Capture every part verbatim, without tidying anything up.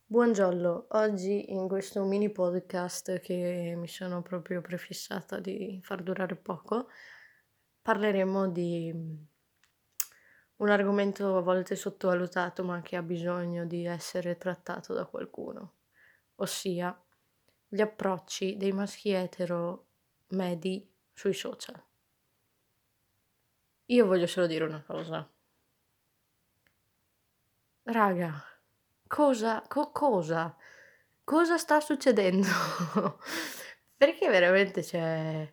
Buongiorno, oggi in questo mini podcast che mi sono proprio prefissata di far durare poco, parleremo di mm, un argomento a volte sottovalutato ma che ha bisogno di essere trattato da qualcuno, ossia gli approcci dei maschi etero medi sui social. Io voglio solo dire una cosa. Raga, cosa co cosa? Cosa sta succedendo? Perché veramente, cioè,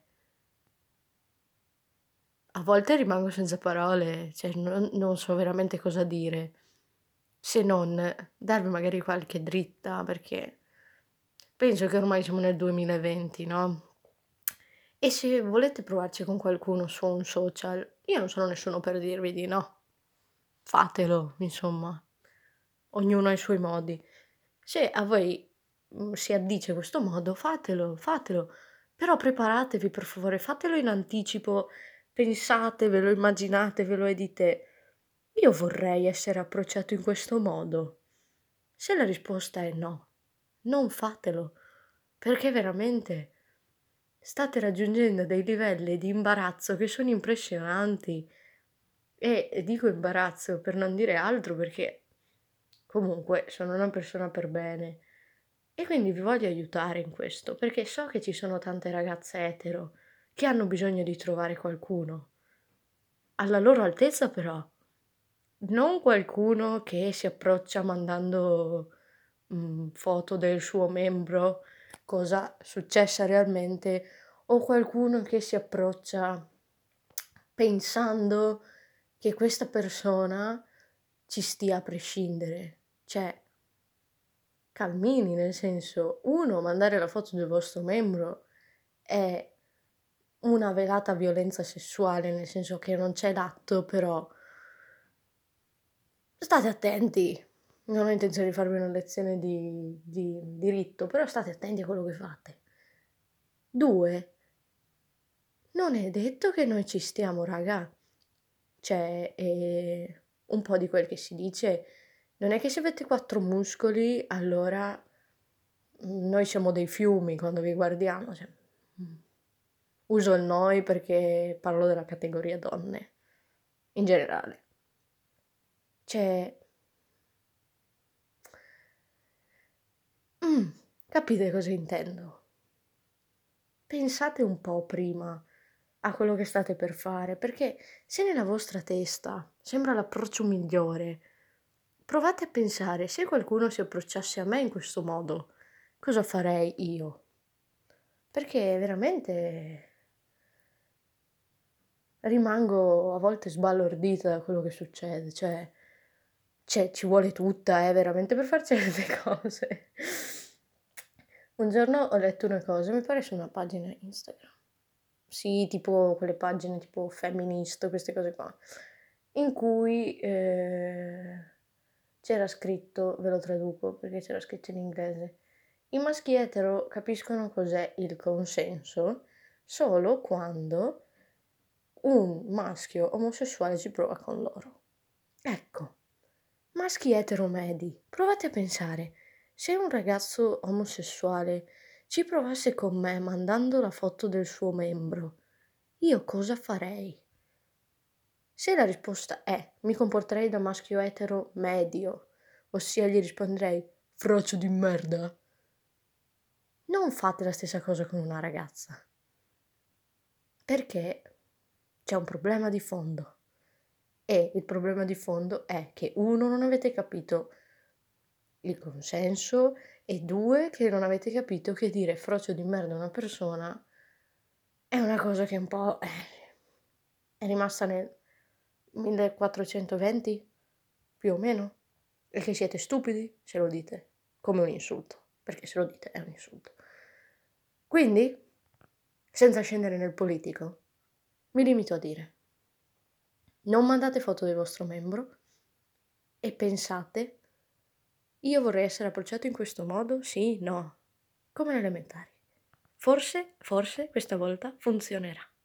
a volte rimango senza parole, cioè non non so veramente cosa dire, se non darvi magari qualche dritta, perché penso che ormai siamo nel duemilaventi, no, e se volete provarci con qualcuno su un social, io non sono nessuno per dirvi di no. Fatelo, insomma. Ognuno ha i suoi modi. Se a voi, mhmm, si addice questo modo, fatelo, fatelo, però preparatevi per favore, fatelo in anticipo, pensatevelo, immaginatevelo e dite: "Io vorrei essere approcciato in questo modo?" Se la risposta è no, non fatelo, perché veramente state raggiungendo dei livelli di imbarazzo che sono impressionanti. E e dico imbarazzo per non dire altro perché comunque sono una persona per bene e quindi vi voglio aiutare in questo, perché so che ci sono tante ragazze etero che hanno bisogno di trovare qualcuno alla loro altezza però, non qualcuno che si approccia mandando, mhmm, foto del suo membro, cosa successa realmente, o qualcuno che si approccia pensando che questa persona ci stia a prescindere. Cioè, calmini, nel senso, uno, mandare la foto del vostro membro è una velata violenza sessuale, nel senso che non c'è l'atto, però state attenti. Non ho intenzione di farvi una lezione di di diritto, però state attenti a quello che fate. due, non è detto che noi ci stiamo, raga. Cioè, ehm, un po' di quel che si dice, non è che se avete quattro muscoli allora, mhmm, noi siamo dei fiumi quando vi guardiamo, cioè, mhmm, uso il noi perché parlo della categoria donne, in generale. Cioè, mh, capite cosa intendo? Pensate un po' prima a quello che state per fare, perché se nella vostra testa sembra l'approccio migliore, provate a pensare: se qualcuno si approcciasse a me in questo modo, cosa farei io? Perché veramente rimango a volte sbalordita da quello che succede, cioè cioè ci vuole tutta, eh, veramente per far certe cose. Un giorno ho letto una cosa, mi pare su una pagina Instagram. Sì, tipo quelle pagine tipo femminist, queste cose qua, in cui, ehm, c'era scritto ve lo traduco perché c'era scritto in inglese: "I maschi etero capiscono cos'è il consenso solo quando un maschio omosessuale ci prova con loro." Ecco, maschi etero medi, provate a pensare, se un ragazzo omosessuale ci provasse con me mandando la foto del suo membro, io cosa farei? Se la risposta è mi comporterei da maschio etero medio, ossia gli risponderei frocio di merda, non fate la stessa cosa con una ragazza, perché c'è un problema di fondo. E il problema di fondo è che uno non avete capito il consenso e due che non avete capito che dire frocio di merda a una persona è una cosa che un po', eh, è rimasta nel millequattrocentoventi, più o meno, e che siete stupidi se lo dite, come un insulto, perché se lo dite è un insulto. Quindi, senza scendere nel politico, mi limito a dire: non mandate foto del vostro membro e pensate: "Io vorrei essere approcciato in questo modo? Sì? No?" Come alle elementari. Forse, forse questa volta funzionerà.